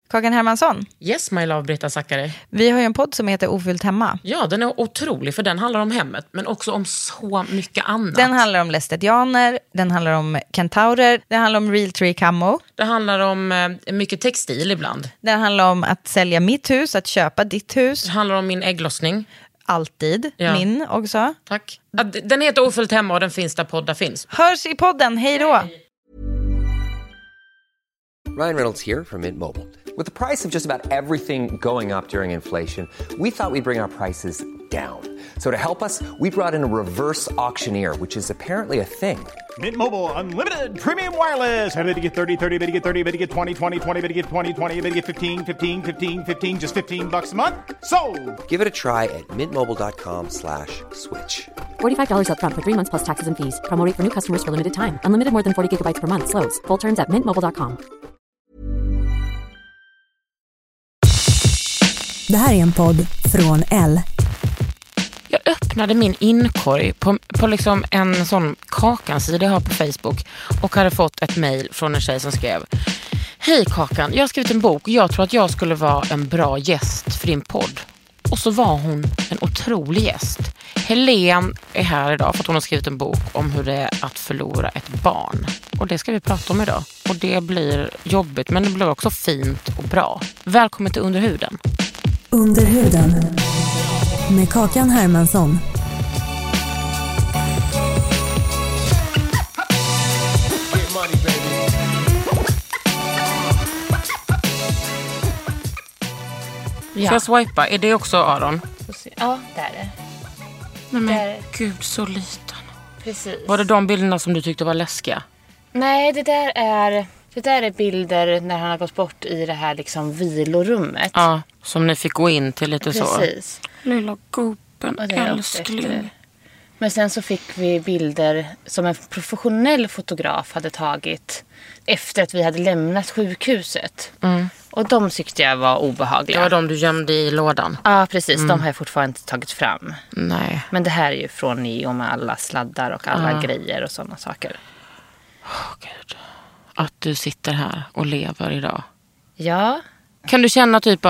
Kakan Hermansson. Yes, my love, Britta Zackari. Vi har ju en podd som heter Ofyllt hemma. Ja, den är otrolig för den handlar om hemmet, men också om så mycket annat. Den handlar om lästetianer, den handlar om kentaurer, den handlar om real tree camo. Det handlar om mycket textil ibland. Den handlar om att sälja mitt hus, att köpa ditt hus. Det handlar om min ägglossning. Alltid, min också. Tack. Den heter Ofyllt hemma och den finns där poddar finns. Hörs i podden, hej då! Ryan Reynolds here from Mint Mobile. With the price of just about everything going up during inflation, we thought we'd bring our prices down. So to help us, we brought in a reverse auctioneer, which is apparently a thing. Mint Mobile Unlimited Premium Wireless. How to get 30, 30, bit to get 30, bit to get 20, 20, 20, bit to get 20, 20, bit to get 15, 15, 15, 15, just $15 a month? Sold! Give it a try at mintmobile.com/switch. $45 up front for 3 months plus taxes and fees. Promo rate for new customers for limited time. Unlimited more than 40 gigabytes per month. Slows full terms at mintmobile.com. Det här är en podd från L. Jag öppnade min inkorg på liksom en sån Kakan-sida jag har på Facebook och hade fått ett mejl från en tjej som skrev: Hej Kakan, jag har skrivit en bok och jag tror att jag skulle vara en bra gäst för din podd. Och så var hon en otrolig gäst. Helen är här idag för att hon har skrivit en bok om hur det är att förlora ett barn. Och det ska vi prata om idag. Och det blir jobbigt, men det blir också fint och bra. Välkommen till Under huden. Under huden med Kakan Hermansson. Ska jag swipa? Är det också Aron? Ja, det är det. Nej, men gud, så liten. Precis. Var det de bilderna som du tyckte var läskiga? Nej, det där är bilder när han har gått bort i det här liksom vilorummet. Ja, som ni fick gå in till lite så. Precis. Lilla gubben, älskling. Men sen så fick vi bilder som en professionell fotograf hade tagit efter att vi hade lämnat sjukhuset. Mm. Och de tyckte jag var obehagliga. Det var de du gömde i lådan? Ja, precis. De har jag fortfarande inte tagit fram. Nej. Men det här är ju från Neo med alla sladdar och alla grejer och sådana saker. Gud. Att du sitter här och lever idag. Ja. Kan du känna typ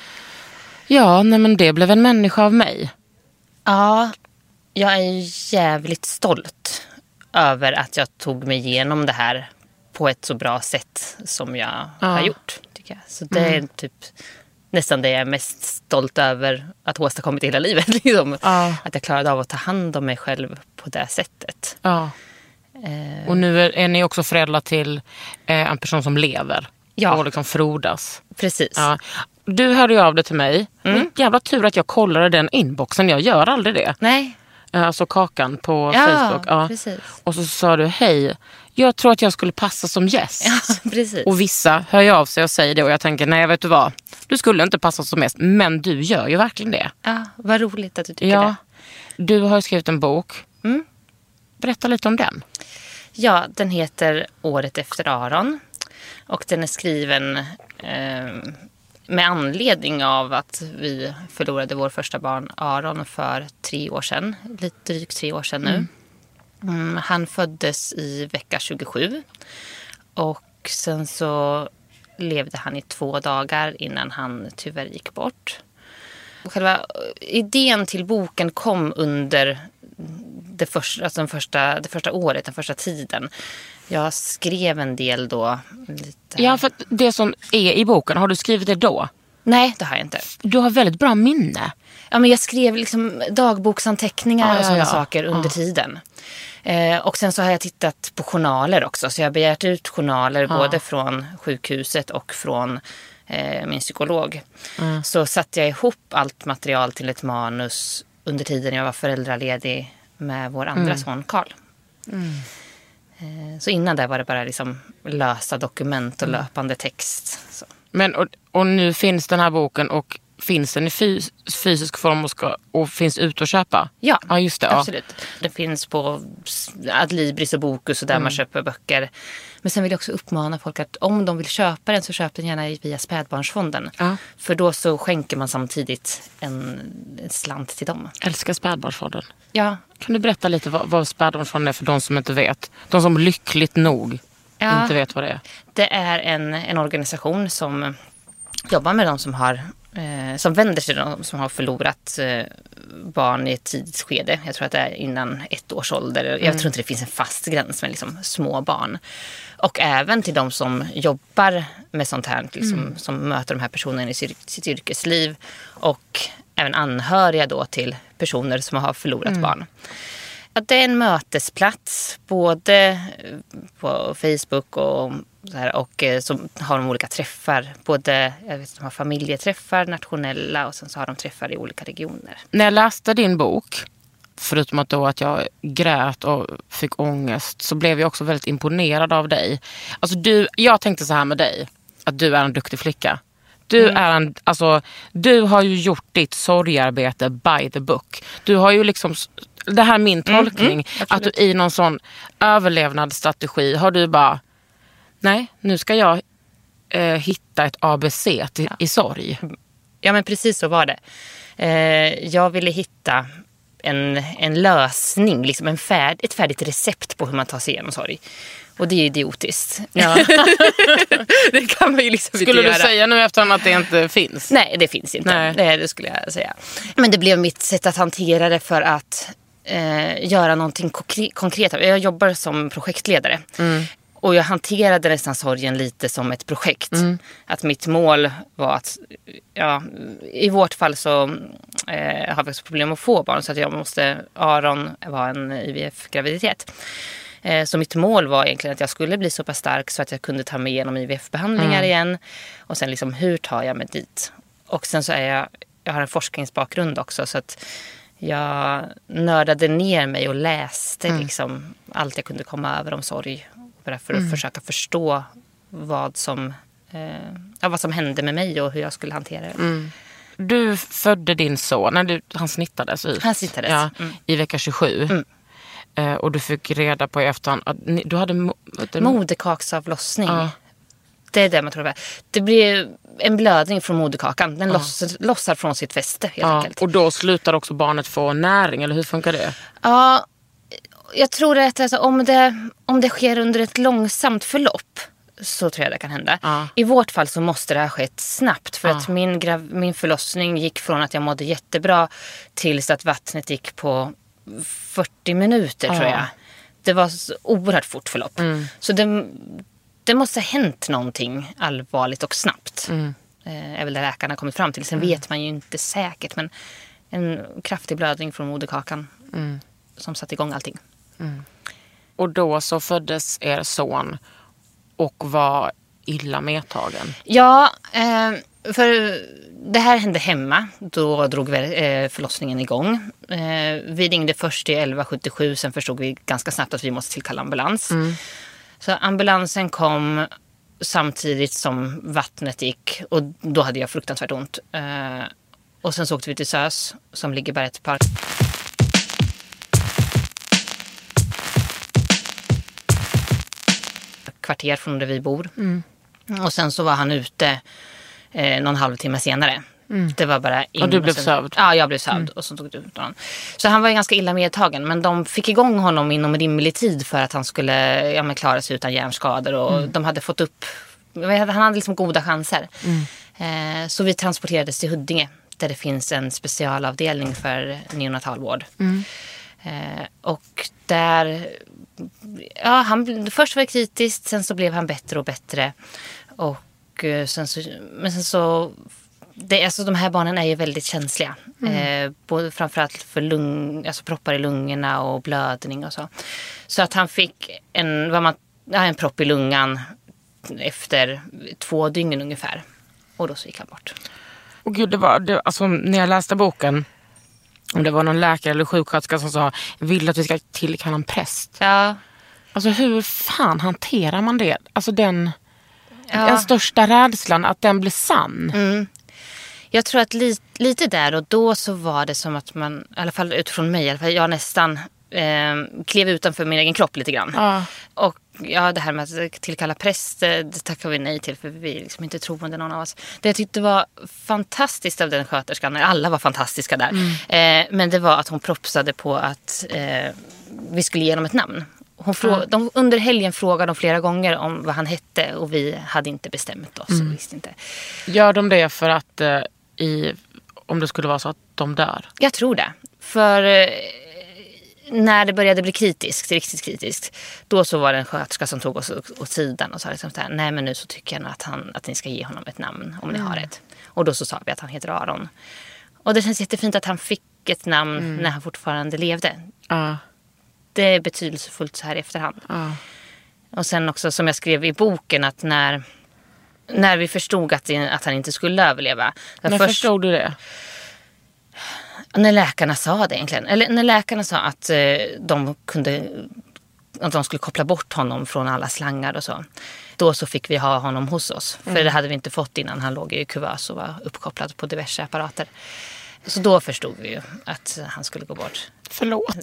ja, nej men det blev en människa av mig? Ja, jag är jävligt stolt över att jag tog mig igenom det här på ett så bra sätt som jag har gjort, tycker jag. Så det är typ nästan det jag är mest stolt över att ha åstadkommit i hela livet. Liksom. Att jag klarade av att ta hand om mig själv på det sättet. Ja. Och nu är ni också föräldrar till en person som lever. Ja. Och liksom frodas. Precis. Ja. Du hörde ju av det till mig. Jävla tur att jag kollade den inboxen. Jag gör aldrig det. Nej. Alltså Kakan på Facebook. Ja, precis. Och så sa du, hej, jag tror att jag skulle passa som gäst. Ja, precis. Och vissa hör ju av sig och säger det. Och jag tänker, nej vet du vad, du skulle inte passa som gäst. Men du gör ju verkligen det. Ja, vad roligt att du tycker det. Du har skrivit en bok. Berätta lite om den. Ja, den heter Året efter Aron. Och den är skriven med anledning av att vi förlorade vår första barn Aron för 3 år sedan. Lite drygt 3 år sedan nu. Han föddes i vecka 27. Och sen så levde han i 2 dagar innan han tyvärr gick bort. Själva idén till boken kom under det första året, den första tiden. Jag skrev en del då. Lite. Ja, för det som är i boken, har du skrivit det då? Nej, det har jag inte. Du har väldigt bra minne. Ja, men jag skrev liksom dagboksanteckningar och sådana saker under tiden. Och sen så har jag tittat på journaler också. Så jag har begärt ut journaler både från sjukhuset och från min psykolog. Så satte jag ihop allt material till ett manus under tiden jag var föräldraledig med vår andra son Karl. Så innan det var det bara liksom lösa dokument och löpande text. Så. Men och nu finns den här boken och finns den i fysisk form och finns ut att köpa? Ja, just det. Absolut. Ja. Det finns på Adlibris och Bokus och där man köper böcker. Men sen vill jag också uppmana folk att om de vill köpa den så köp den gärna via Spädbarnsfonden. Ja. För då så skänker man samtidigt en slant till dem. Älskar Spädbarnsfonden. Ja. Kan du berätta lite vad Spädbarnsfonden är för de som inte vet? De som lyckligt nog inte vet vad det är. Det är en organisation som jobbar med de som har som vänder sig till de som har förlorat barn i ett tidigt skede. Jag tror att det är innan 1 års ålder. Jag tror inte det finns en fast gräns med liksom små barn. Och även till de som jobbar med sånt här, liksom, som möter de här personerna i sitt yrkesliv. Och även anhöriga då till personer som har förlorat barn. Att det är en mötesplats både på Facebook och så här, och så har de olika träffar. Både de har familjeträffar, nationella, och sen så har de träffar i olika regioner. När jag läste din bok, förutom att jag grät och fick ångest, så blev jag också väldigt imponerad av dig. Alltså jag tänkte så här med dig, att du är en duktig flicka. Du har ju gjort ditt sorgarbete by the book. Du har ju liksom, det här är min tolkning, att du i någon sån överlevnadsstrategi har du bara, nej, nu ska jag hitta ett ABC i sorg. Ja, men precis så var det. Jag ville hitta en lösning, liksom ett färdigt recept på hur man tar sig igenom sorg. Och det är ju idiotiskt. Ja. Det kan man ju liksom skulle du säga nu eftersom att det inte finns? Nej, det finns inte. Det skulle jag säga. Men det blev mitt sätt att hantera det för att göra någonting konkret. Jag jobbar som projektledare. Och jag hanterade nästan sorgen lite som ett projekt. Att mitt mål var att, i vårt fall så har vi också problem att få barn. Så att Aron var en IVF-graviditet. Så mitt mål var egentligen att jag skulle bli så pass stark så att jag kunde ta mig igenom IVF-behandlingar igen. Och sen liksom, hur tar jag mig dit? Och sen så jag har en forskningsbakgrund också, så att jag nördade ner mig och läste liksom allt jag kunde komma över om sorg. För att försöka förstå vad som hände med mig och hur jag skulle hantera det. Du födde din son, han snittades ut. Han snittades. I vecka 27. Och du fick reda på i efterhand att du hade moderkaksavlossning. Det är det man tror det. Det blir en blödning från moderkakan. Den lossar från sitt fäste helt enkelt. Och då slutar också barnet få näring, eller hur funkar det? Ja, jag tror att alltså, om det sker under ett långsamt förlopp så tror jag det kan hända. I vårt fall så måste det ha skett snabbt. För att min förlossning gick från att jag mådde jättebra tills att vattnet gick på 40 minuter tror jag. Det var så oerhört fort förlopp. Så det måste ha hänt någonting allvarligt och snabbt. Är väl det läkarna kommit fram till. Sen vet man ju inte säkert. Men en kraftig blödning från moderkakan som satte igång allting. Och då så föddes er son och var illa medtagen. Ja, för det här hände hemma. Då drog förlossningen igång. Vi ringde först till 1177. Sen förstod vi ganska snabbt att vi måste tillkalla ambulans. Så ambulansen kom samtidigt som vattnet gick. Och då hade jag fruktansvärt ont. Och sen så åkte vi till SÖS som ligger bara ett par kvarter från där vi bor. Och sen så var han ute någon halvtimme senare. Det var bara in. Och du blev sövd? Ja, jag blev sövd. Och så tog det ut honom. Så han var ganska illa medtagen. Men de fick igång honom inom rimlig tid för att han skulle klara sig utan hjärnskador. Och de hade fått upp... Han hade liksom goda chanser. Så vi transporterades till Huddinge. Där det finns en specialavdelning för neonatalvård. Och där... Ja, först var det kritiskt. Sen så blev han bättre och bättre. Och sen så alltså de här barnen är ju väldigt känsliga. Både framförallt för proppar i lungorna och blödning och så. Så att han fick en propp i lungan efter 2 dygn ungefär. Och då så gick han bort. Och gud, alltså, när jag läste boken, om det var någon läkare eller sjuksköterska som sa, vill att vi ska tillkalla en präst. Ja. Alltså hur fan hanterar man det? Alltså den största rädslan, att den blir sann. Jag tror att lite där och då så var det som att man, i alla fall utifrån mig, i alla fall, jag nästan klev utanför min egen kropp lite grann. Och det här med att tillkalla präst, det tackar vi nej till för vi är liksom inte troende någon av oss. Det jag tyckte var fantastiskt av den sköterskan, alla var fantastiska där, men det var att hon propsade på att vi skulle ge dem ett namn. Under helgen frågade de flera gånger om vad han hette och vi hade inte bestämt oss och visste inte. Gör de det för att om det skulle vara så att de dör? Jag tror det. För när det började bli riktigt kritiskt, då så var det en sköterska som tog oss åt sidan och sa liksom så här, nej men nu så tycker jag att ni ska ge honom ett namn om ni har ett. Och då så sa vi att han heter Aron. Och det känns jättefint att han fick ett namn när han fortfarande levde. Det är betydelsefullt så här i efterhand. Och sen också som jag skrev i boken att när vi förstod att han inte skulle överleva. När förstod du det? När läkarna sa det egentligen. Eller när läkarna sa att de skulle koppla bort honom från alla slangar och så. Då så fick vi ha honom hos oss. För det hade vi inte fått innan han låg i kuvös och var uppkopplad på diverse apparater. Så då förstod vi ju att han skulle gå bort. Förlåt.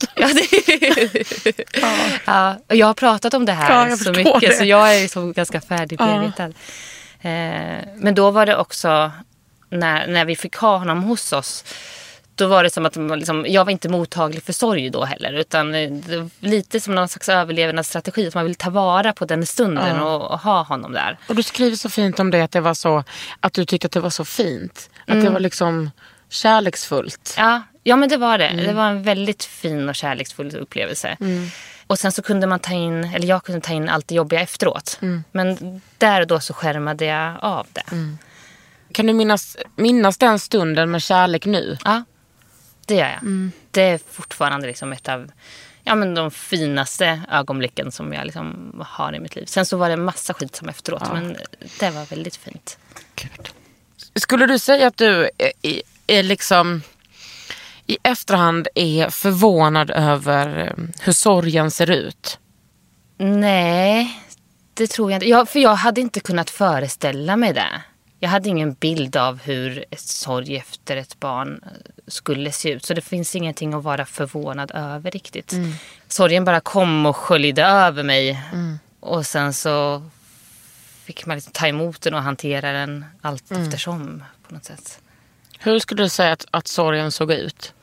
Ja, och jag har pratat om det här så mycket det. Så jag är så ganska färdigbearbetad. Men då var det också när vi fick ha honom hos oss, då var det som att liksom, jag var inte mottaglig för sorg då heller, utan det lite som någon slags överlevnadsstrategi att man vill ta vara på den stunden och ha honom där. Och du skriver så fint om det, att det var så att du tyckte att det var så fint, att det var liksom kärleksfullt. Ja, men det var det. Det var en väldigt fin och kärleksfull upplevelse. Och sen så kunde jag kunde ta in allt det jobbiga efteråt. Men där och då så skärmade jag av det. Kan du minnas den stunden med kärlek nu? Ja, det gör jag. Det är fortfarande liksom ett av de finaste ögonblicken som jag liksom har i mitt liv. Sen så var det en massa skit som efteråt, men det var väldigt fint. Gud. Skulle du säga att du är liksom i efterhand är förvånad över hur sorgen ser ut? Nej, det tror jag inte. För jag hade inte kunnat föreställa mig det. Jag hade ingen bild av hur ett sorg efter ett barn skulle se ut. Så det finns ingenting att vara förvånad över riktigt. Sorgen bara kom och sköljde över mig. Och sen så fick man liksom ta emot den och hantera den allt eftersom på något sätt. Hur skulle du säga att sorgen såg ut?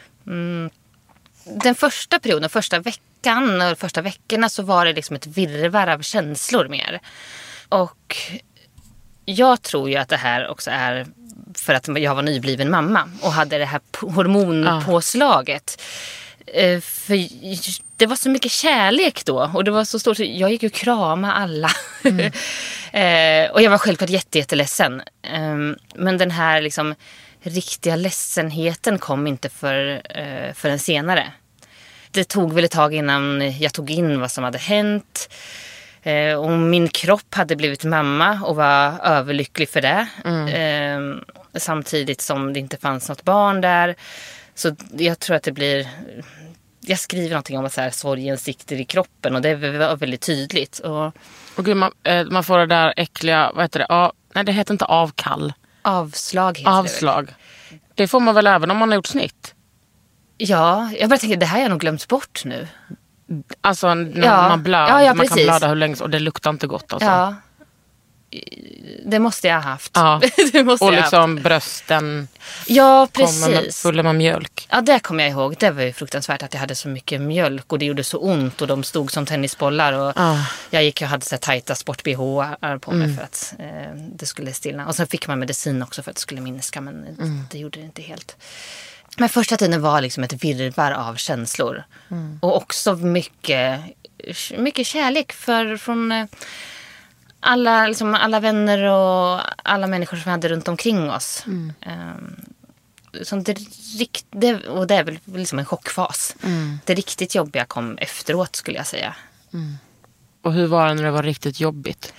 Den första perioden, första veckorna så var det liksom ett virrvarr av känslor mer. Och jag tror ju att det här också är för att jag var nybliven mamma och hade det här hormonpåslaget. För det var så mycket kärlek då och det var så stort. Jag gick ju krama alla. Och jag var självklart jätteledsen. Men den här liksom riktiga ledsenheten kom inte förrän senare. Det tog väl ett tag innan jag tog in vad som hade hänt. Och min kropp hade blivit mamma och var överlycklig för det. Samtidigt som det inte fanns något barn där. Så jag tror att det blir... Jag skriver någonting om att så här, sorgen sitter i kroppen och det var väldigt tydligt. Och gud, man får det där äckliga, vad heter det? Nej, det heter inte avkall. Avslag heter det. Det får man väl även om man har gjort snitt? Ja, jag bara tänker, det här har jag nog glömt bort nu. Alltså när man blöder, man kan blöda hur länge och det luktar inte gott. Alltså. Ja, det måste jag ha haft. Ja. Det måste och jag liksom haft. Brösten fulla med mjölk. Ja, det kommer jag ihåg. Det var ju fruktansvärt att jag hade så mycket mjölk och det gjorde så ont och de stod som tennisbollar och jag gick och hade så här tajta sport-BH på mig för att det skulle stilla. Och sen fick man medicin också för att det skulle minska, men det gjorde det inte helt. Men första tiden var liksom ett virrvarr av känslor. Och också mycket kärlek från alla vänner och alla människor som vi hade runt omkring oss. Och det är väl liksom en chockfas. Det riktigt jobbiga kom efteråt, skulle jag säga. Och hur var det när det var riktigt jobbigt?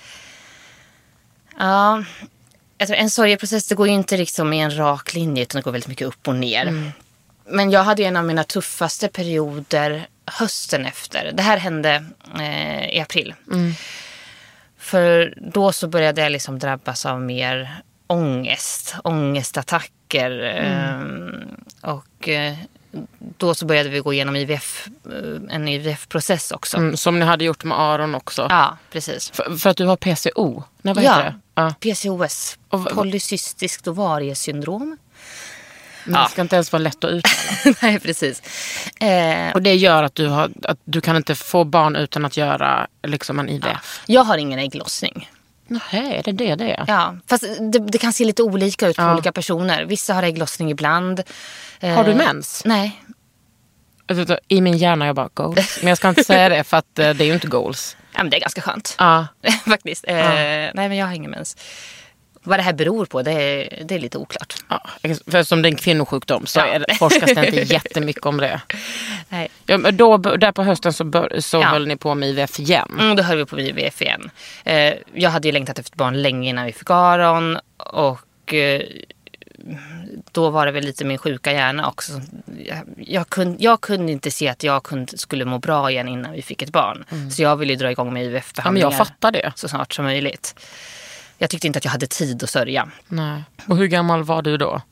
Ja, jag tror en sorgeprocess, det går ju inte liksom i en rak linje utan det går väldigt mycket upp och ner. Men jag hade ju en av mina tuffaste perioder hösten efter. Det här hände i april. För då så började jag liksom drabbas av mer ångestattacker. Och då så började vi gå igenom en IVF-process också. Som ni hade gjort med Aron också. Ja, precis. För att du har PCO? Nej, vad heter det? PCOS. Polycystiskt ovariesyndrom. Men det ska inte ens vara lätt att uttala. Nej, precis. Och det gör att du kan inte få barn utan att göra liksom en IVF. Jag har ingen ägglossning. Nej, är det? Ja, fast det kan se lite olika ut på olika personer. Vissa har ägglossning ibland. Har du mens? Nej. I min hjärna jag bara goals. Men jag ska inte säga det för att det är ju inte goals. Ja, men det är ganska skönt. Ja. Faktiskt. Nej, men jag har ingen mens. Vad det här beror på, det är lite oklart. Ja, för som det är en kvinnosjukdom så forskas det inte jättemycket om det. Nej. Ja, men där på hösten så höll ni på med IVF igen. Då höll vi på med IVF igen. Jag hade ju längtat efter barn länge innan vi fick Aron. Och då var det väl lite min sjuka hjärna också. Jag kunde inte se att jag skulle må bra igen innan vi fick ett barn. Så jag ville dra igång med IVF-behandlingar. Ja, men jag fattar det. Så snart som möjligt. Jag tyckte inte att jag hade tid att sörja. Nej. Och hur gammal var du då?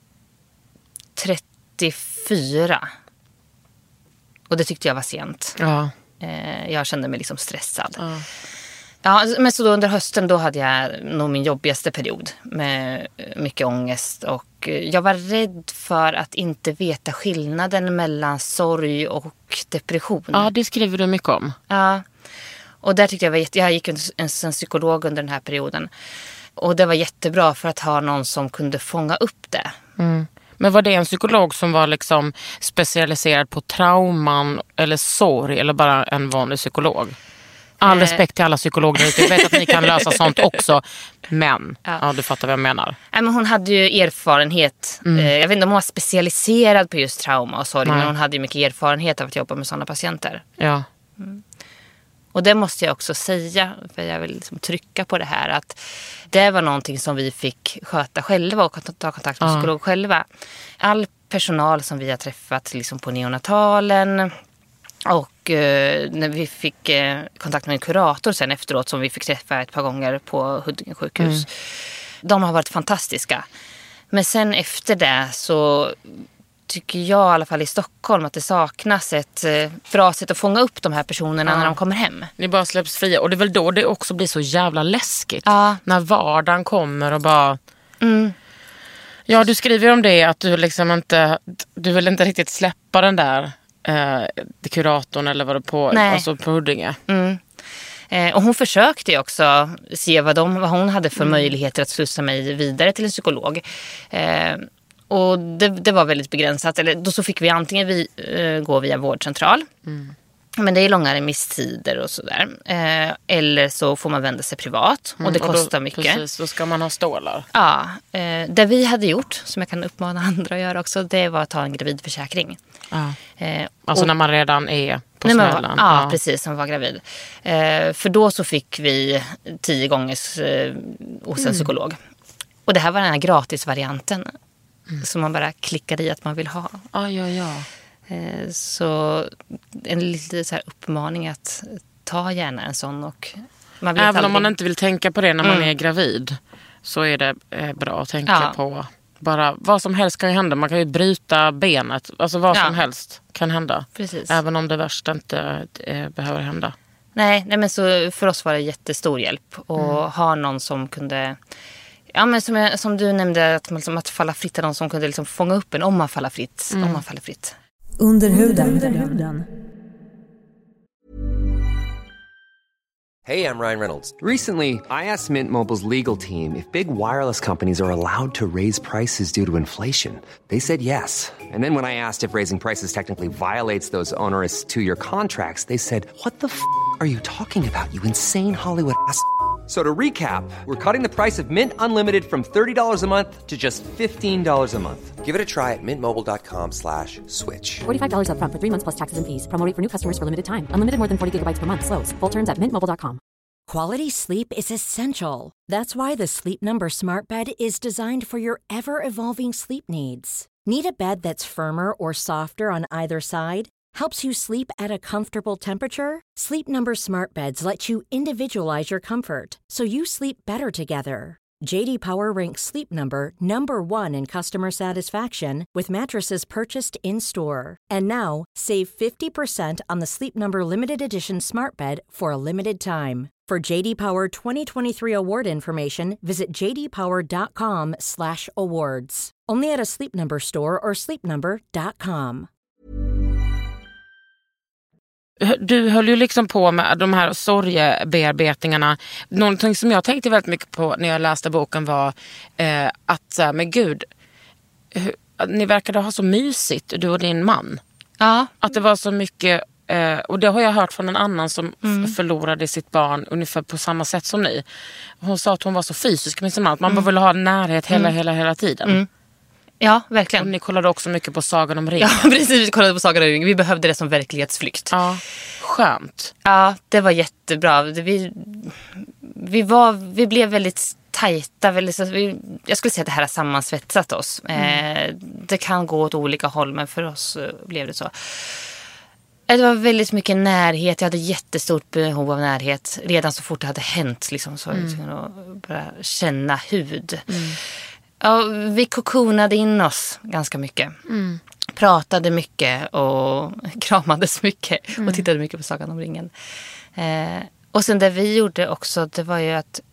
34. Och det tyckte jag var sent. Ja. Jag kände mig liksom stressad. Ja, men så då under hösten då hade jag nog min jobbigaste period med mycket ångest. Och jag var rädd för att inte veta skillnaden mellan sorg och depression. Ja, det skriver du mycket om. Ja, och där tyckte jag gick en psykolog under den här perioden. Och det var jättebra för att ha någon som kunde fånga upp det. Mm. Men var det en psykolog som var liksom specialiserad på trauman eller sorg eller bara en vanlig psykolog? All respekt till alla psykologer. Jag vet att ni kan lösa sånt också. Men, ja du fattar vad jag menar. Nej, men hon hade ju erfarenhet. Jag vet inte om hon var specialiserad på just trauma och sorg. Men hon hade ju mycket erfarenhet av att jobba med sådana patienter. Ja. Och det måste jag också säga, för jag vill liksom trycka på det här, att det var någonting som vi fick sköta själva och ta kontakt med psykolog själva. All personal som vi har träffat liksom på neonatalen och när vi fick kontakt med en kurator sen efteråt som vi fick träffa ett par gånger på Huddinge sjukhus. De har varit fantastiska. Men sen efter det så tycker jag i alla fall i Stockholm att det saknas ett bra sätt att fånga upp de här personerna när de kommer hem. Ni bara släpps fria. Och det är väl då det också blir så jävla läskigt. När vardagen kommer och bara... Ja, du skriver om det att du liksom inte... Du vill inte riktigt släppa den där kuratorn eller vad det på, alltså på Huddinge. Och hon försökte också se vad hon hade för möjligheter att slussa mig vidare till en psykolog. Och det var väldigt begränsat. Eller då så fick vi antingen gå via vårdcentral. Men det är långa remisstider och sådär. Eller så får man vända sig privat. Och det kostar mycket. Precis, då ska man ha stålar. Ja, det vi hade gjort, som jag kan uppmana andra att göra också, det var att ta en gravidförsäkring. Alltså när man redan är på smällen. Ja, precis, som var gravid. För då så fick vi 10 gånger hos en psykolog. Och det här var den här gratisvarianten. Som man bara klickade i att man vill ha. Ja. Så en lite så här uppmaning att ta gärna en sån. Och man även om man inte vill tänka på det när man är gravid så är det bra att tänka på. Bara vad som helst kan ju hända. Man kan ju bryta benet. Alltså vad som helst kan hända. Precis. Även om det värsta inte behöver hända. Nej, men så för oss var det jättestor hjälp. Och ha någon som kunde... Ja, men som du nämnde, att falla fritt är någon som kunde liksom fånga upp en om man faller fritt. Om man faller fritt. Under huden. Hey, I'm Ryan Reynolds. Recently, I asked Mint Mobile's legal team if big wireless companies are allowed to raise prices due to inflation. They said yes. And then when I asked if raising prices technically violates those onerous 2-year contracts, they said, "What the f*** are you talking about, you insane Hollywood ass?" So to recap, we're cutting the price of Mint Unlimited from $30 a month to just $15 a month. Give it a try at mintmobile.com/switch. $45 up front for 3 months plus taxes and fees. Promo rate for new customers for limited time. Unlimited more than 40 gigabytes per month. Slows full terms at mintmobile.com. Quality sleep is essential. That's why the Sleep Number Smart Bed is designed for your ever-evolving sleep needs. Need a bed that's firmer or softer on either side? Helps you sleep at a comfortable temperature? Sleep Number Smart Beds let you individualize your comfort so you sleep better together. J.D. Power ranks Sleep Number #1 in customer satisfaction with mattresses purchased in-store. And now, save 50% on the Sleep Number Limited Edition Smart Bed for a limited time. For J.D. Power 2023 award information, visit jdpower.com/awards. Only at a Sleep Number store or sleepnumber.com. Du höll ju liksom på med de här sorgebearbetningarna. Någonting som jag tänkte väldigt mycket på när jag läste boken var att så här, men gud, ni verkade ha så mysigt, du och din man. Ja. Att det var så mycket, och det har jag hört från en annan som förlorade sitt barn ungefär på samma sätt som ni. Hon sa att hon var så fysisk med sin man, att man bara ville ha närhet hela tiden. Ja, verkligen. Och ni kollade också mycket på Sagan om ringen. Ja, precis. Vi kollade på Sagan om ringen. Vi behövde det som verklighetsflykt. Ja, skönt. Ja, det var jättebra. Vi blev väldigt tajta. Jag skulle säga att det här har sammansvetsat oss. Det kan gå åt olika håll, men för oss blev det så. Det var väldigt mycket närhet. Jag hade jättestort behov av närhet. Redan så fort det hade hänt. Liksom, så att bara känna hud. Ja, vi kokonade in oss ganska mycket. Pratade mycket och kramades mycket. Och tittade mycket på Sagan om ringen. Och sen det vi gjorde också, det var ju att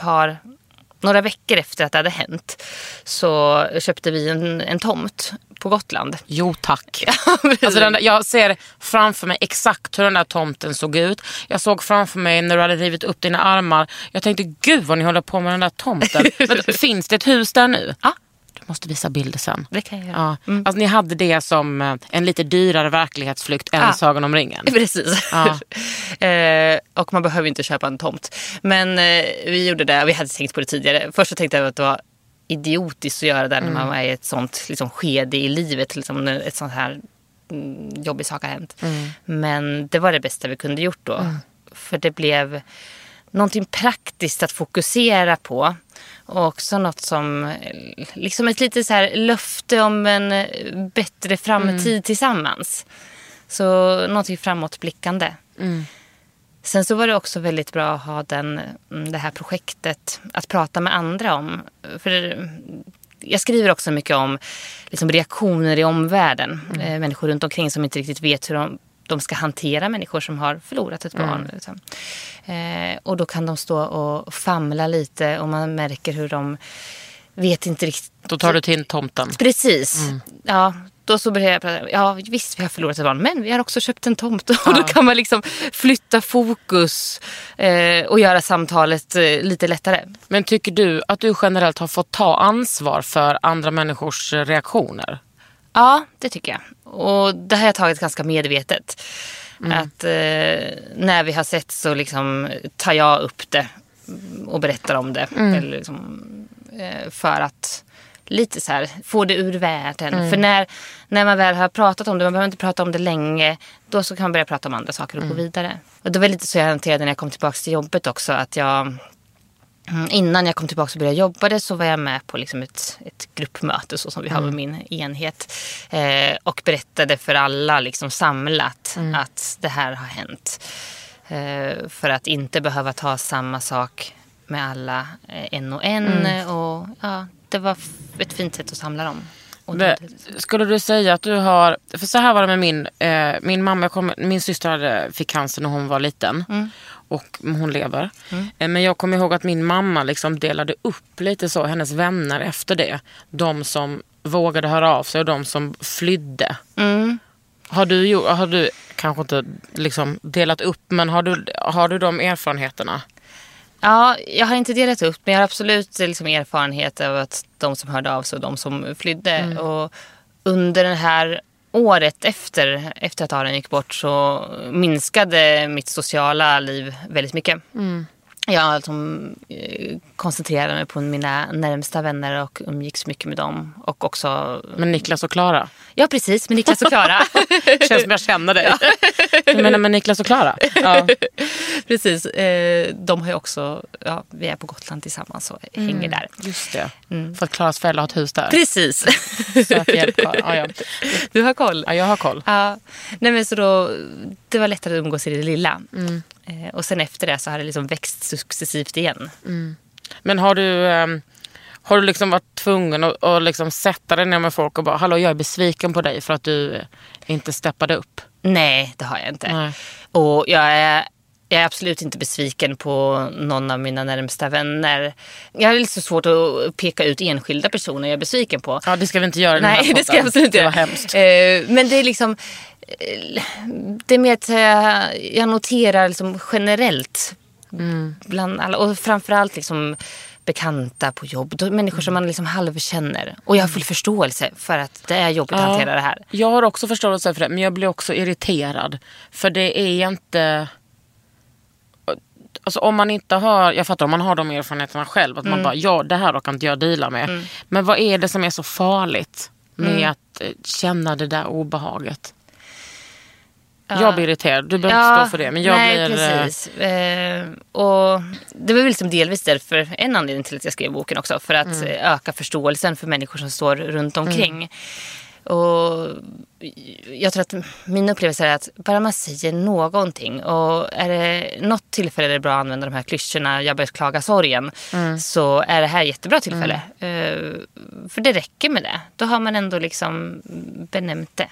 några veckor efter att det hade hänt, så köpte vi en tomt på Gotland. Jo tack. Alltså jag ser framför mig exakt hur den där tomten såg ut. Jag såg framför mig när du hade rivit upp dina armar. Jag tänkte, gud vad ni håller på med den där tomten. Men, finns det ett hus där nu? Ja. Du måste visa bilder sen. Det kan jag göra. Ja. Alltså ni hade det som en lite dyrare verklighetsflykt än Sagan om ringen. Precis. Ja. Och man behöver inte köpa en tomt. Men vi gjorde det, vi hade tänkt på det tidigare. Först så tänkte jag att det var idiotiskt att göra det när man är i ett sånt liksom, skede i livet. Liksom, ett sånt här jobbig sak har hänt. Men det var det bästa vi kunde gjort då. För det blev någonting praktiskt att fokusera på. Och också något som liksom ett litet så här löfte om en bättre framtid tillsammans. Så någonting framåtblickande. Sen så var det också väldigt bra att ha det här projektet att prata med andra om. För jag skriver också mycket om liksom reaktioner i omvärlden. Människor runt omkring som inte riktigt vet hur de ska hantera människor som har förlorat ett barn. Liksom. Och då kan de stå och famla lite och man märker hur de vet inte riktigt. Då tar du till tomten. Precis. Ja, då så börjar jag prata. Ja, visst vi har förlorat ett barn, men vi har också köpt en tomt. Och då kan man liksom flytta fokus och göra samtalet lite lättare. Men tycker du att du generellt har fått ta ansvar för andra människors reaktioner? Ja, det tycker jag. Och det har jag tagit ganska medvetet. Att när vi har sett så liksom tar jag upp det och berättar om det. Eller liksom, för att lite så här få det ur världen. För när man väl har pratat om det, man behöver inte prata om det länge, då så kan man börja prata om andra saker och gå vidare. Och det var lite så jag hanterade när jag kom tillbaka till jobbet också. Att innan jag kom tillbaka och började jobba så var jag med på liksom ett gruppmöte så som vi har med min enhet. Och berättade för alla liksom samlat att det här har hänt. För att inte behöva ta samma sak med alla en och en. Och ja, det var ett fint sätt att samla dem. Skulle du säga att du har, för så här var det med min mamma, min syster fick cancer när hon var liten och hon lever. Men jag kommer ihåg att min mamma liksom delade upp lite så hennes vänner efter det. De som vågade höra av sig och de som flydde. Har du kanske inte liksom delat upp, men har du de erfarenheterna? Ja, jag har inte delat upp, men jag har absolut liksom erfarenhet av att de som hörde av sig och de som flydde. Och under det här året efter att Aron gick bort så minskade mitt sociala liv väldigt mycket. Jag liksom koncentrerade mig på mina närmsta vänner och umgicks mycket med dem. Och också... med Niklas och Klara? Ja, precis. Med Niklas och Klara. Känns som jag känner dig. Ja. Du menar med Niklas och Klara? Ja. Precis. De har ju också... Ja, vi är på Gotland tillsammans och hänger där. Just det. För att Klaras föräldrar har ett hus där. Precis. Sök hjälp, Klara. Ja. Du har koll? Ja, jag har koll. Ja. Nej, men så då... Det var lättare att umgås i det lilla. Och sen efter det så har det liksom växt successivt igen. Men har du liksom varit tvungen att liksom sätta dig ner med folk och bara, hallå, jag är besviken på dig för att du inte steppade upp? Nej, det har jag inte. Nej. Och jag är Jag är absolut inte besviken på någon av mina närmsta vänner. Jag har lite så svårt att peka ut enskilda personer jag är besviken på. Ja, det ska vi inte göra. Nej, det ska jag absolut inte göra. Det var hemskt. Men det är liksom... Det är med att jag noterar liksom generellt bland alla. Och framförallt liksom bekanta på jobb. Människor som man liksom halvkänner. Och jag har full förståelse för att det är jobbigt att hantera det här. Jag har också förståelse för det. Men jag blir också irriterad. För det är inte... Alltså om man inte har, jag fattar om man har de erfarenheterna själv, att man bara, det här kan inte jag deala med. Men vad är det som är så farligt med att känna det där obehaget? Jag blir irriterad, du behöver inte stå för det. Men jag blir... precis. Och det var väl liksom delvis därför en anledning till att jag skrev boken också. För att öka förståelsen för människor som står runt omkring. Och jag tror att min upplevelse är att bara man säger någonting och är det något tillfälle är det bra att använda de här klyschorna, jag börjar klaga sorgen, så är det här jättebra tillfälle. För det räcker med det. Då har man ändå liksom benämnt det.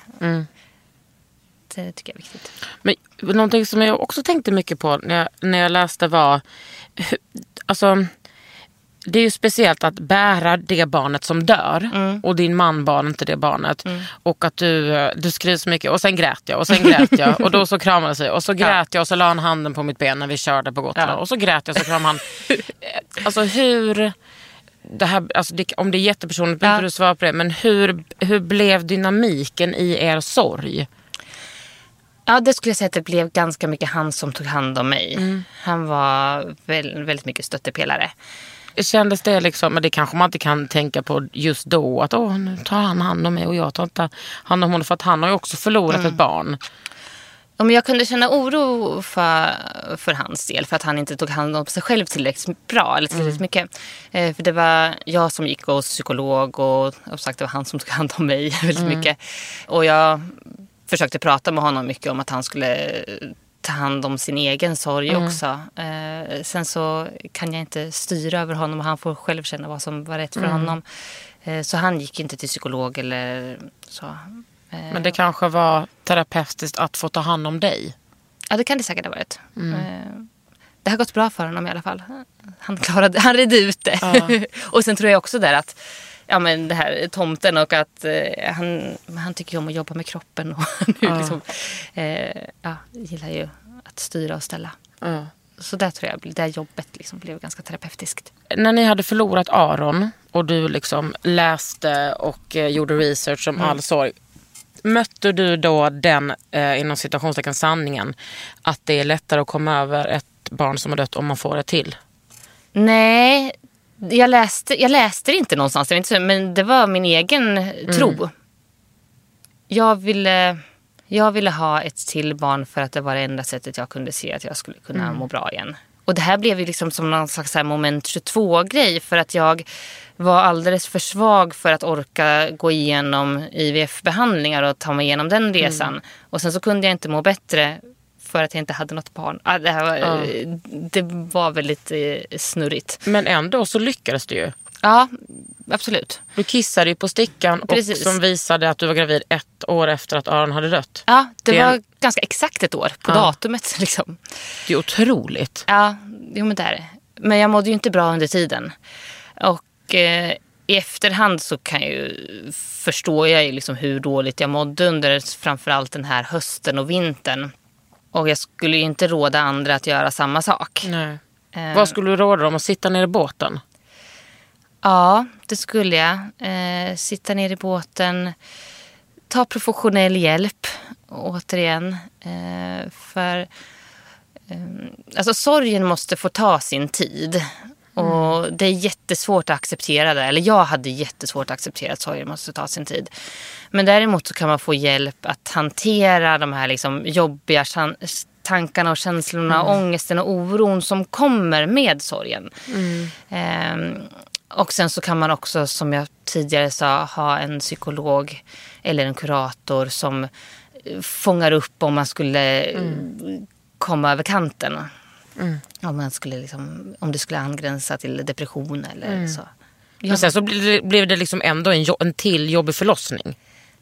Det tycker jag är viktigt. Men någonting som jag också tänkte mycket på när jag läste var, alltså... Det är ju speciellt att bära det barnet som dör och din man bar inte det barnet och att du skriver så mycket och sen grät jag och då så kramade sig och så grät jag och så la han handen på mitt ben när vi körde på Gotland och så grät jag och så kramade han. Alltså hur det här, alltså om det är jättepersonligt behöver du svara på det, men hur blev dynamiken i er sorg? Ja, det skulle jag säga att det blev ganska mycket han som tog hand om mig. Han var väldigt mycket stöttepelare. Kändes det liksom, men det kanske man inte kan tänka på just då, att nu tar han hand om mig och jag tar inte hand om honom, för att han har ju också förlorat ett barn. Ja, men jag kunde känna oro för hans del, för att han inte tog hand om sig själv tillräckligt bra eller tillräckligt mycket. För det var jag som gick hos psykolog och sagt det var han som tog hand om mig väldigt mycket. Och jag försökte prata med honom mycket om att han skulle ta hand om sin egen sorg också. Sen så kan jag inte styra över honom och han får själv känna vad som var rätt för honom. Så han gick inte till psykolog eller så. Men det kanske var terapeutiskt att få ta hand om dig? Ja, det kan det säkert ha varit. Det har gått bra för honom i alla fall. Han redde ut det. Och sen tror jag också där att det här tomten och att han tycker ju om att jobba med kroppen och nu liksom, gillar ju att styra och ställa. Så där tror jag det här jobbet liksom blev ganska terapeutiskt. När ni hade förlorat Aron och du liksom läste och gjorde research om all sorg, mötte du då den inom citationstecken sanningen att det är lättare att komma över ett barn som har dött om man får det till? Nej, jag läste det inte någonstans, men det var min egen tro. Jag ville ha ett till barn för att det var det enda sättet jag kunde se att jag skulle kunna må bra igen. Och det här blev ju liksom som någon slags här moment 22-grej, för att jag var alldeles för svag för att orka gå igenom IVF-behandlingar och ta mig igenom den resan. Och sen så kunde jag inte må bättre för att jag inte hade något barn. Det var väldigt snurrigt. Men ändå så lyckades du ju. Ja, absolut. Du kissade ju på stickan och som visade att du var gravid 1 år efter att Aron hade dött. Ja, det var ganska exakt 1 år på datumet liksom. Det är otroligt. Ja, men det är det. Men jag mådde ju inte bra under tiden. Och i efterhand så förstår jag ju liksom hur dåligt jag mådde under framförallt den här hösten och vintern. Och jag skulle ju inte råda andra att göra samma sak. Nej. Vad skulle du råda dem? Att sitta ner i båten? Ja, det skulle jag. Sitta ner i båten. Ta professionell hjälp. Återigen. För alltså sorgen måste få ta sin tid. Och det är jättesvårt att acceptera det. Eller jag hade jättesvårt att acceptera att sorgen måste ta sin tid. Men däremot så kan man få hjälp att hantera de här liksom jobbiga tankarna och känslorna, ångesten och oron som kommer med sorgen. Och sen så kan man också, som jag tidigare sa, ha en psykolog eller en kurator som fångar upp om man skulle komma över kanten. Om det skulle angränsa till depression eller så. Ja. Men sen så blev det liksom ändå en till jobbig förlossning.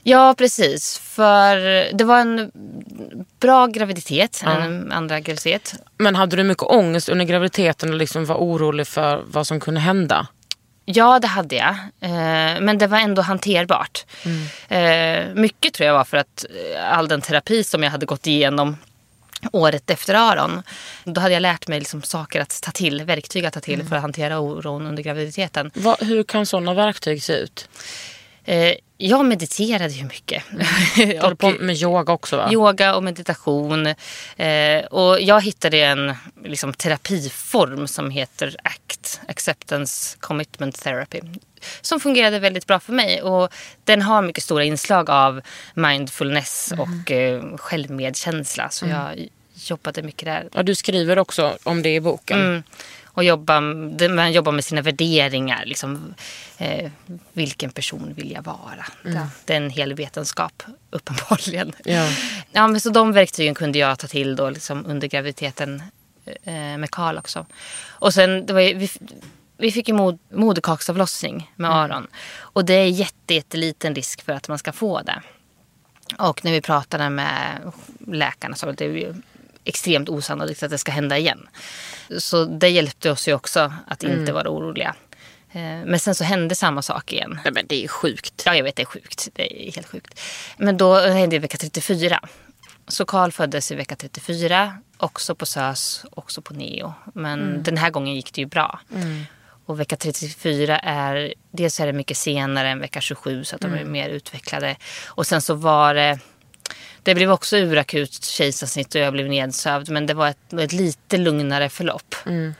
Ja, precis. För det var en bra graviditet, en andra graviditet. Men hade du mycket ångest under graviditeten och liksom var orolig för vad som kunde hända? Ja, det hade jag. Men det var ändå hanterbart. Mycket tror jag var för att all den terapi som jag hade gått igenom året efter Aron, då hade jag lärt mig liksom saker att ta till, verktyg att ta till för att hantera oron under graviditeten. Hur kan sådana verktyg se ut? Jag mediterade ju mycket. Och på med yoga också, va? Yoga och meditation. Och jag hittade en liksom, terapiform som heter ACT, Acceptance Commitment Therapy, som fungerade väldigt bra för mig. Och den har mycket stora inslag av mindfulness och självmedkänsla. Så jag jobbade mycket där. Ja, du skriver också om det i boken. Och man jobbar med sina värderingar. Liksom, vilken person vill jag vara? Det är en hel vetenskap, uppenbarligen. Ja, men så de verktygen kunde jag ta till då, liksom, under graviditeten med Carl också. Och sen, vi fick ju moderkaksavlossning med Aron. Och det är jätteliten risk för att man ska få det. Och när vi pratade med läkarna så var det ju extremt osannolikt att det ska hända igen. Så det hjälpte oss ju också att inte vara oroliga. Men sen så hände samma sak igen. Nej, men det är sjukt. Ja, jag vet, det är sjukt. Det är helt sjukt. Men då hände det i vecka 34. Så Carl föddes i vecka 34. Också på SÖS, också på Neo. Men den här gången gick det ju bra. Och vecka 34 dels är det mycket senare än vecka 27, så att de är mer utvecklade. Och sen så var det blev också urakut kejsarsnitt och jag blev nedsövd. Men det var ett lite lugnare förlopp.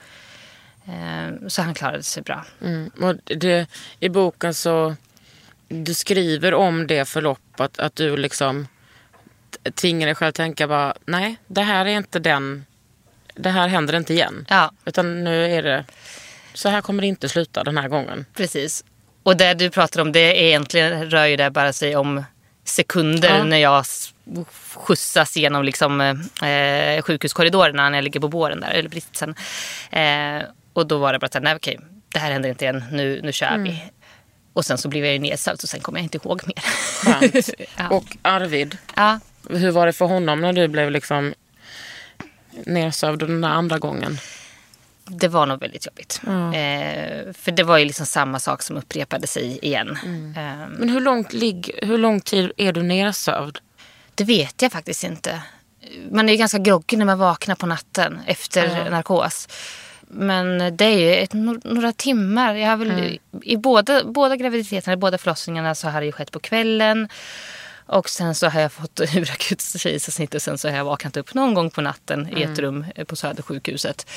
Så han klarade sig bra. Och i boken så du skriver om det förloppet, att du liksom tvingar dig själv att tänka bara, nej, det här händer inte igen. Ja. Utan nu är det, så här kommer det inte sluta den här gången. Precis. Och det du pratar om, det är egentligen rör ju det bara sig om sekunder när jag skjutsas genom liksom, sjukhuskorridorerna när jag ligger på båren där, eller britsen. Och då var det bara så här, nej okej, det här händer inte igen, nu kör vi. Och sen så blev jag ju nedsövd och sen kommer jag inte ihåg mer. Ja. Och Arvid, ja. Hur var det för honom när du blev liksom nedsövd den där andra gången? Det var nog väldigt jobbigt. För det var ju liksom samma sak som upprepade sig igen. Men hur lång tid är du nedsövd? Det vet jag faktiskt inte. Man är ju ganska groggy när man vaknar på natten efter narkos. Men det är ju några timmar. Jag har väl, i båda graviditeterna, båda förlossningarna, så har det ju skett på kvällen. Och sen så har jag fått urakut kejsarsnitt och sen så har jag vaknat upp någon gång på natten i ett rum på Södersjukhuset.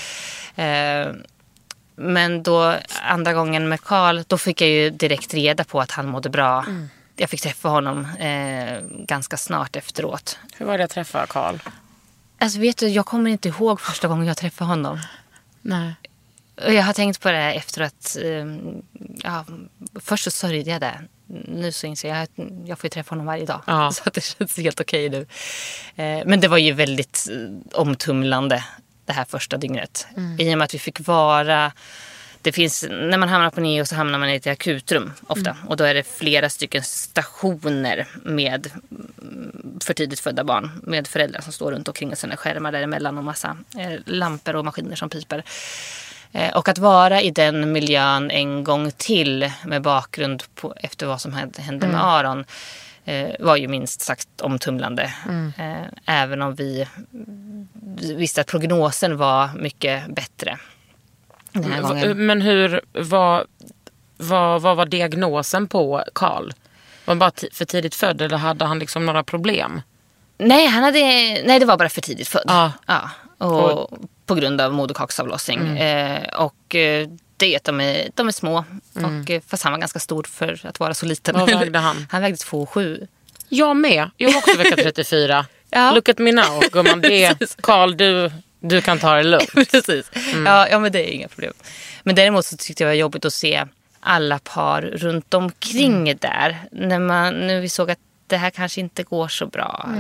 Men då andra gången med Carl, då fick jag ju direkt reda på att han mådde bra. Jag fick träffa honom ganska snart efteråt. Hur var det att träffa Carl? Alltså vet du, jag kommer inte ihåg första gången jag träffade honom. Nej. Och jag har tänkt på det efter att först så sörjde jag det. Nu så inser jag att jag får träffa honom varje dag. Ja. Så att det känns helt okej nu. Men det var ju väldigt omtumlande det här första dygnet. I och med att vi fick vara... Det finns, när man hamnar på Neo så hamnar man i ett akutrum ofta. Och då är det flera stycken stationer med för tidigt födda barn. Med föräldrar som står runt omkring och sen skärmar däremellan och massa lampor och maskiner som piper. Och att vara i den miljön en gång till med bakgrund efter vad som hände med Aron var ju minst sagt omtumlande. Även om vi visste att prognosen var mycket bättre den här gången. Men vad var diagnosen på Carl? Var han bara för tidigt född eller hade han liksom några problem? Nej, det var bara för tidigt född. Ja. Och på grund av moderkaksavlossning. Och det är att de är små. Och fast han var ganska stor för att vara så liten. Vad vägde han? Han vägde 2,7. Jag med. Jag var också vecka 34. Ja. Look at me now, gumman. Carl, du kan ta det lugnt. Precis. Ja, men det är inga problem. Men däremot så tyckte jag det var jobbigt att se alla par runt omkring där. När vi såg att det här kanske inte går så bra.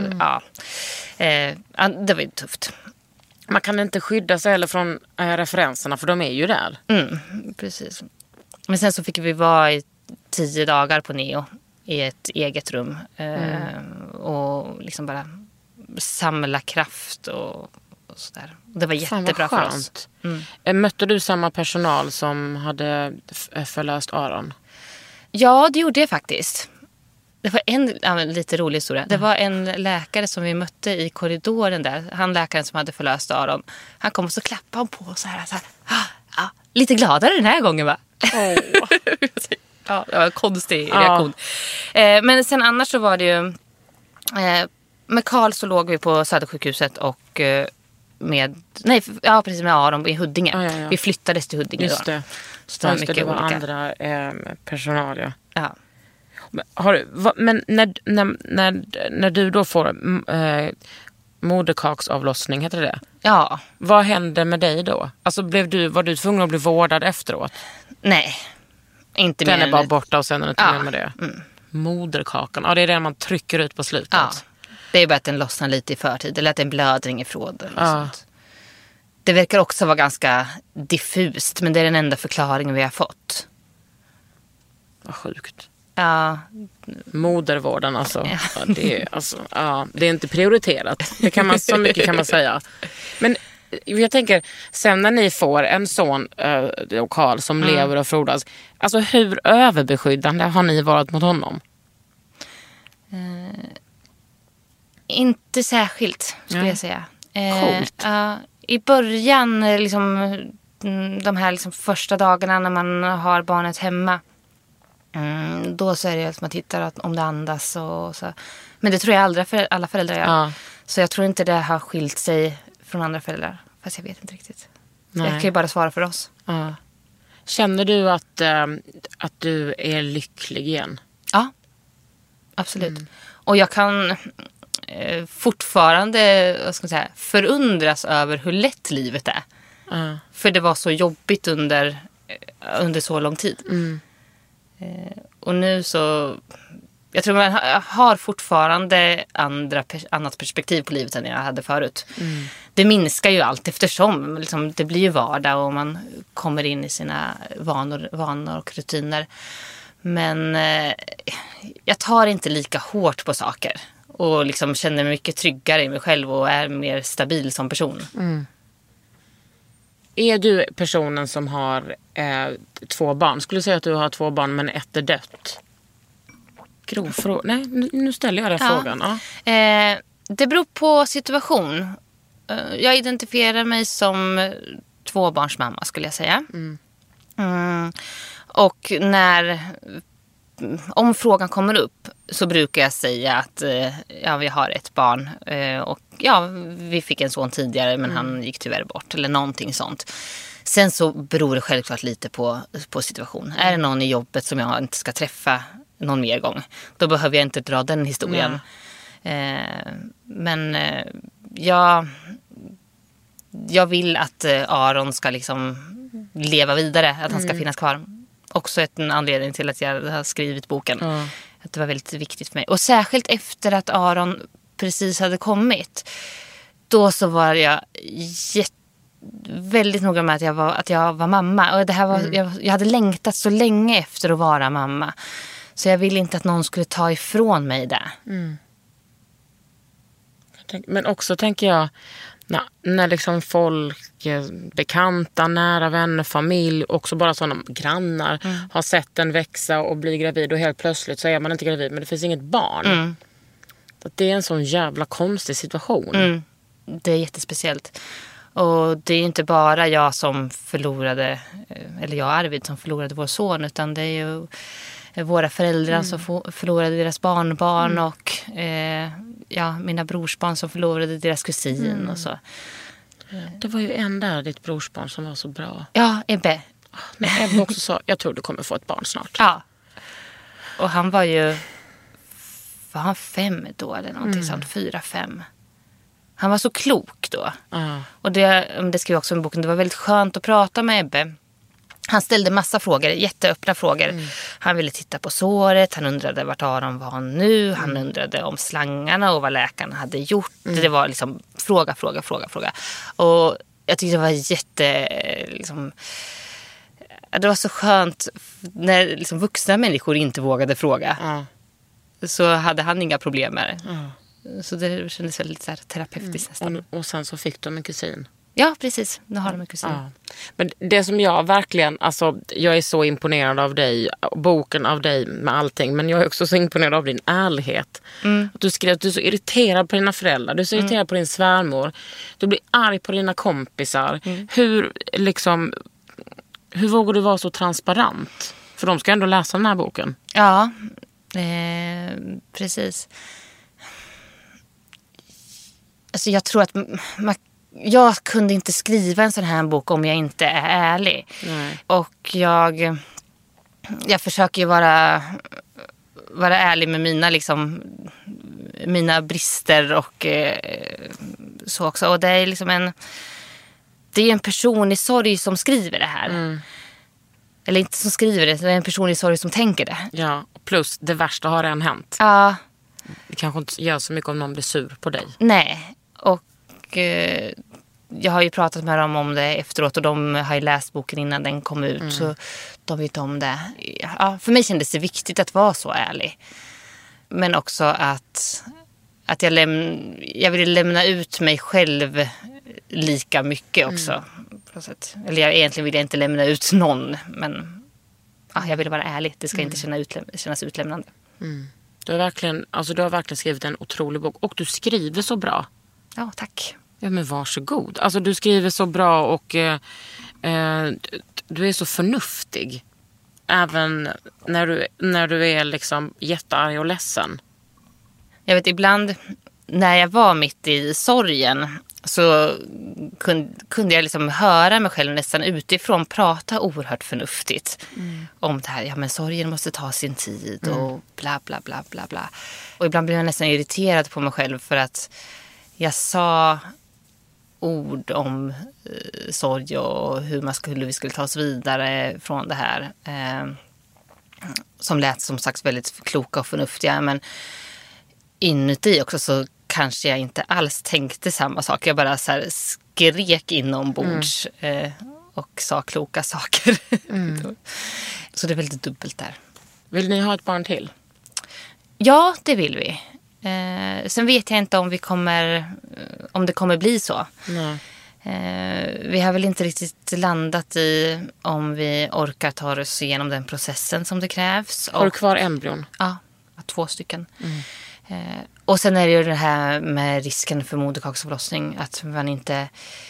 Det var ju tufft. Man kan inte skydda sig heller från referenserna, för de är ju där. Precis. Men sen så fick vi vara i 10 dagar på Neo i ett eget rum. Och liksom bara samla kraft och sådär. Det var jättebra för oss. Mötte du samma personal som hade förlöst Aron? Ja, det gjorde jag faktiskt. Det var en lite rolig historia. Det var en läkare som vi mötte i korridoren där. Han läkaren som hade förlöst Aron. Han kom och så klappade han på så här. Lite gladare den här gången, va? Ja, det var en konstig reaktion. Men sen annars så var det ju... med Karl så låg vi på Södersjukhuset och precis med Aron i Huddinge. Ja. Vi flyttades till Huddinge Just då. det. Så det var mycket det var olika. andra personal, Ja. Men när du då får moderkaksavlossning, heter det? Ja. Vad hände med dig då? Alltså var du tvungen att bli vårdad efteråt? Nej. Inte Den mer är bara än borta och sen är det inte med det. Moderkakan. Ja, det är det man trycker ut på slutet. Ja. Det är bara att den lossnar lite i förtid. Eller att det är en blödning ifrån den. Sånt. Det verkar också vara ganska diffust. Men det är den enda förklaringen vi har fått. Vad sjukt. Ja. Modervården alltså. Ja, det är inte prioriterat. Så mycket kan man säga. Men jag tänker, sen när ni får en son, Karl, som lever och frodas. Alltså hur överbeskyddande har ni varit mot honom? Inte särskilt, skulle jag säga. Coolt. I början, liksom, de här liksom första dagarna när man har barnet hemma. Då så är det att man tittar om det andas och så. Men det tror jag aldrig alla föräldrar gör. Ja. Så jag tror inte det har skilt sig från andra föräldrar. Fast jag vet inte riktigt. Jag kan ju bara svara för oss. Ja. Känner du att du är lycklig igen? Ja, absolut. Och jag kan fortfarande förundras över hur lätt livet är. För det var så jobbigt under så lång tid. Och nu så... Jag tror man har fortfarande annat perspektiv på livet än jag hade förut. Det minskar ju allt eftersom. Liksom, det blir ju vardag och man kommer in i sina vanor och rutiner. Men jag tar inte lika hårt på saker. Och liksom känner mig mycket tryggare i mig själv och är mer stabil som person. Är du personen som har 2 barn? Skulle du säga att du har 2 barn men ett är dött? Nej, nu ställer jag den frågan. Ja. Det beror på situation. Jag identifierar mig som 2-barnsmamma, skulle jag säga. Och om frågan kommer upp så brukar jag säga att vi har ett barn och vi fick en son tidigare men han gick tyvärr bort eller någonting sånt. Sen så beror det självklart lite på situation. Är det någon i jobbet som jag inte ska träffa någon mer gång, då behöver jag inte dra den historien. Men jag vill att Aron ska liksom leva vidare, att han ska finnas kvar. Också en anledning till att jag har skrivit boken. Att det var väldigt viktigt för mig. Och särskilt efter att Aron precis hade kommit, då så var jag väldigt noga med att jag var mamma. Och det här var, jag hade längtat så länge efter att vara mamma. Så jag ville inte att någon skulle ta ifrån mig det. Men också tänker jag, när liksom folk, bekanta, nära vänner, familj, också bara sådana grannar har sett den växa och bli gravid och helt plötsligt så är man inte gravid men det finns inget barn. Att det är en sån jävla konstig situation. Det är jättespeciellt. Och det är inte bara jag som förlorade, eller jag och Arvid som förlorade vår son, utan det är ju våra föräldrar som förlorade deras barnbarn och mina brorsbarn som förlorade deras kusin och så. Det var ju en där, ditt brorsbarn, som var så bra. Ja, Ebbe. Men Ebbe också sa, jag tror du kommer få ett barn snart. Ja. Och han var ju 5 då eller någonting sånt, 4-5. Han var så klok då. Och det skrev jag också i boken. Det var väldigt skönt att prata med Ebbe. Han ställde massa frågor, jätteöppna frågor. Han ville titta på såret, han undrade vart Aron var nu. Han undrade om slangarna och vad läkarna hade gjort. Det var liksom fråga. Och jag tyckte det var det var så skönt när liksom vuxna människor inte vågade fråga. så hade han inga problem med det. Så det kändes väldigt så här terapeutiskt nästan. Och sen så fick de en kusin. Ja, precis. Nu har de en kusin. Ja. Men det som jag verkligen, alltså jag är så imponerad av dig, boken av dig med allting, men jag är också så imponerad av din ärlighet. Att du skrev att du är så irriterad på dina föräldrar, du är så irriterad på din svärmor, du blir arg på dina kompisar. Hur vågar du vara så transparent? För de ska ändå läsa den här boken. Ja, precis. Alltså jag tror att jag kunde inte skriva en sån här bok om jag inte är ärlig. Nej. Och jag försöker ju vara ärlig med mina brister och så också. Och det är liksom det är en person i sorg som skriver det här. Eller inte som skriver det är en person i sorg som tänker det. Ja, plus det värsta har redan hänt. Ja. Det kanske inte gör så mycket om någon blir sur på dig. Nej, och jag har ju pratat med dem om det efteråt och de har ju läst boken innan den kom ut så de vet om det. Ja, för mig kändes det viktigt att vara så ärlig. Men också att jag ville lämna ut mig själv lika mycket också. Eller egentligen vill jag inte lämna ut någon, men jag ville vara ärlig. Det ska inte kännas utlämnande. Du har verkligen skrivit en otrolig bok. Och du skriver så bra. Ja, tack. Ja, men varsågod. Alltså du skriver så bra och du är så förnuftig. Även när du är liksom jättearg och ledsen. Jag vet, ibland när jag var mitt i sorgen så kunde jag liksom höra mig själv nästan utifrån prata oerhört förnuftigt om det här. Ja, men sorgen måste ta sin tid och bla bla bla bla bla. Och ibland blev jag nästan irriterad på mig själv för att jag sa ord om sorg och hur vi skulle ta oss vidare från det här. Som lät som sagt väldigt kloka och förnuftiga, men inuti också så kanske jag inte alls tänkte samma sak. Jag bara så här skrek inombords och sa kloka saker. Så det är väldigt dubbelt där. Vill ni ha ett barn till? Ja, det vill vi. Sen vet jag inte om det kommer bli så. Nej. Vi har väl inte riktigt landat i om vi orkar ta oss igenom den processen som det krävs. Har du kvar embryon? Ja, 2 stycken. Och sen är det ju det här med risken för moderkaksförlossning, att man inte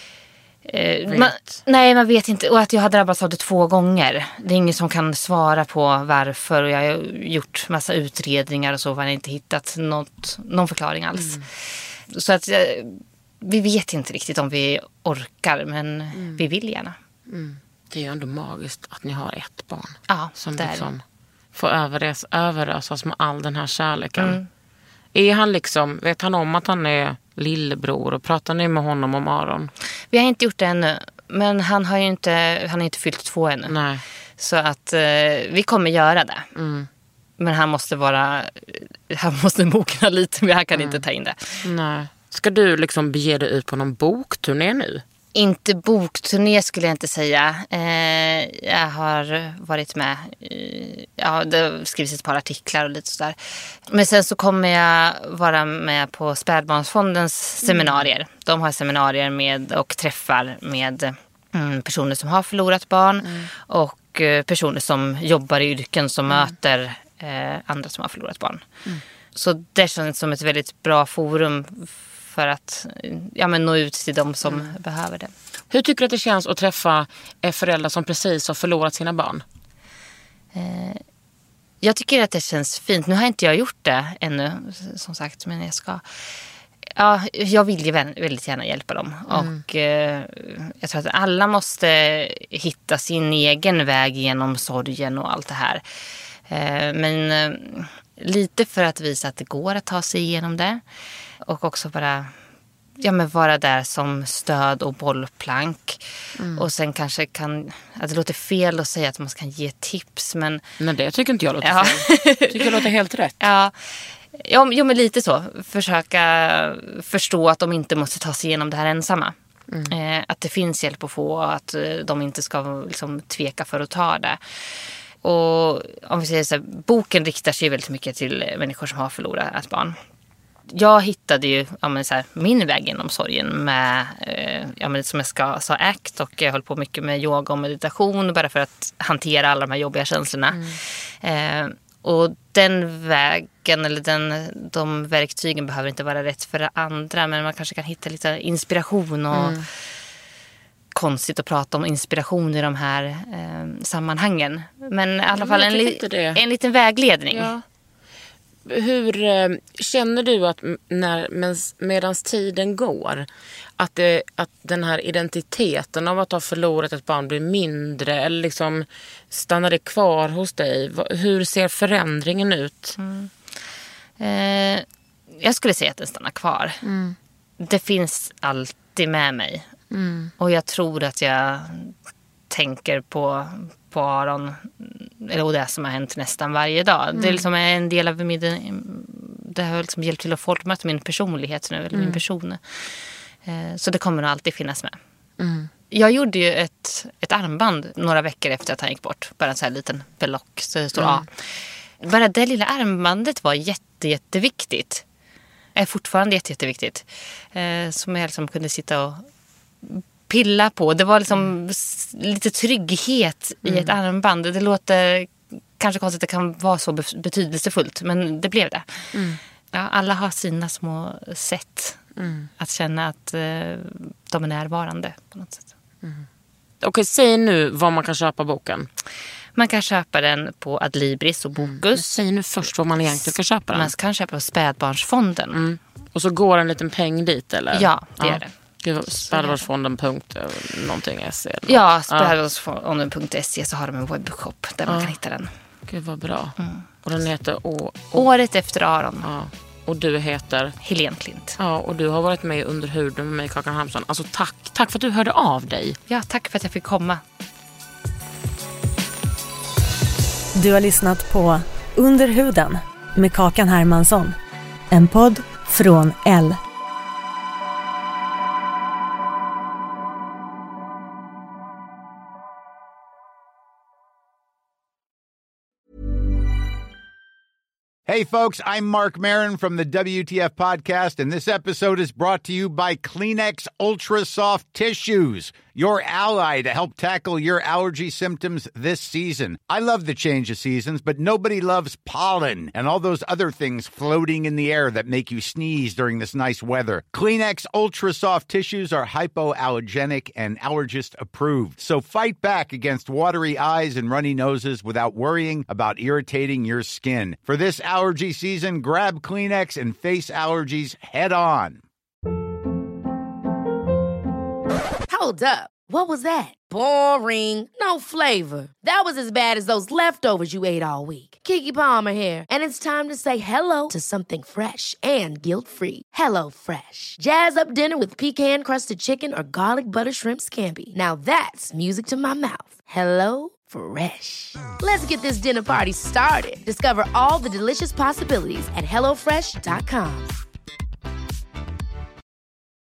man vet inte, och att jag har drabbats av det 2 gånger. Det är ingen som kan svara på varför, och jag har gjort massa utredningar och så, har inte hittat någon förklaring alls. Så att vi vet inte riktigt om vi orkar, men vi vill gärna. Det är ju ändå magiskt att ni har ett barn. Ja, som det liksom får överösas med all den här kärleken. Är han liksom, vet han om att han är lillebror, och pratar ni med honom om Aron? Vi har inte gjort det ännu, men han har inte fyllt 2 ännu. Nej. Så att vi kommer göra det. Men han måste mogna lite, men han kan inte ta in det. Nej. Ska du liksom bege dig ut på någon bokturné nu? Inte bokturné skulle jag inte säga. Jag har varit med. Det har skrivits ett par artiklar och lite sådär. Men sen så kommer jag vara med på Spädbarnsfondens seminarier. De har seminarier med och träffar med personer som har förlorat barn. Och personer som jobbar i yrken som möter andra som har förlorat barn. Så det känns som ett väldigt bra forum för att nå ut till de som behöver det. Hur tycker du att det känns att träffa föräldrar som precis har förlorat sina barn? Jag tycker att det känns fint. Nu har inte jag gjort det ännu, som sagt, men jag ska. Ja, jag vill ju väldigt gärna hjälpa dem. Och jag tror att alla måste hitta sin egen väg genom sorgen och allt det här. Men lite för att visa att det går att ta sig igenom det. Och också bara vara där som stöd och bollplank. Och sen kanske att det låter fel att säga att man ska ge tips, men nej, det tycker inte jag låter fel. Jag tycker det låter helt rätt. Ja, men lite så. Försöka förstå att de inte måste ta sig igenom det här ensamma. Att det finns hjälp att få och att de inte ska liksom tveka för att ta det. Och om vi säger så här, boken riktar sig väldigt mycket till människor som har förlorat ett barn. Jag hittade ju min väg genom sorgen med, som jag sa, ACT, och jag höll på mycket med yoga och meditation bara för att hantera alla de här jobbiga känslorna. Och den vägen eller de verktygen behöver inte vara rätt för andra, men man kanske kan hitta lite inspiration och konstigt att prata om inspiration i de här sammanhangen. Men i alla fall en liten vägledning. Ja. Hur känner du att medans tiden går att den här identiteten av att ha förlorat ett barn blir mindre, eller liksom stannar det kvar hos dig? Hur ser förändringen ut? Jag skulle säga att den stannar kvar. Det finns alltid med mig. Och jag tror att jag tänker på Aron eller det som har hänt nästan varje dag. Det är liksom en del av det har liksom hjälpt till att forma min personlighet nu, eller min person. Så det kommer nog alltid finnas med. Jag gjorde ju ett armband några veckor efter att han gick bort. Bara en sån här liten belock så det står A. Bara det lilla armbandet var jätteviktigt. Är fortfarande jätteviktigt. Som jag liksom kunde sitta och pilla på. Det var liksom lite trygghet i ett armband. Det låter kanske konstigt att det kan vara så betydelsefullt, men det blev det. Ja, alla har sina små sätt att känna att de är närvarande på något sätt. Okej, säg nu var man kan köpa boken. Man kan köpa den på Adlibris och Bokus. Säg nu först var man egentligen kan köpa den. Man kan köpa på Spädbarnsfonden. Och så går en liten peng dit, eller? Ja, det är det. Spädbarnsfonden.se. Ja, spädbarnsfonden.se, så har de en webbshop där man kan hitta den. Gud vad bra. Och den heter Året efter Aron. Ja. Och du heter Helene Klint. Ja, och du har varit med Under huden med mig, Kakan Hermansson. Alltså tack för att du hörde av dig. Ja, tack för att jag fick komma. Du har lyssnat på Under huden med Kakan Hermansson. En podd från L. Hey, folks, I'm Mark Maron from the WTF Podcast, and this episode is brought to you by Kleenex Ultra Soft Tissues, your ally to help tackle your allergy symptoms this season. I love the change of seasons, but nobody loves pollen and all those other things floating in the air that make you sneeze during this nice weather. Kleenex Ultra Soft Tissues are hypoallergenic and allergist approved, so fight back against watery eyes and runny noses without worrying about irritating your skin. For this allergy season, grab Kleenex and face allergies head on. Hold up. What was that? Boring. No flavor. That was as bad as those leftovers you ate all week. Keke Palmer here, and it's time to say hello to something fresh and guilt-free. Hello Fresh. Jazz up dinner with pecan-crusted chicken or garlic butter shrimp scampi. Now that's music to my mouth. Hello Fresh. Let's get this dinner party started. Discover all the delicious possibilities at HelloFresh.com.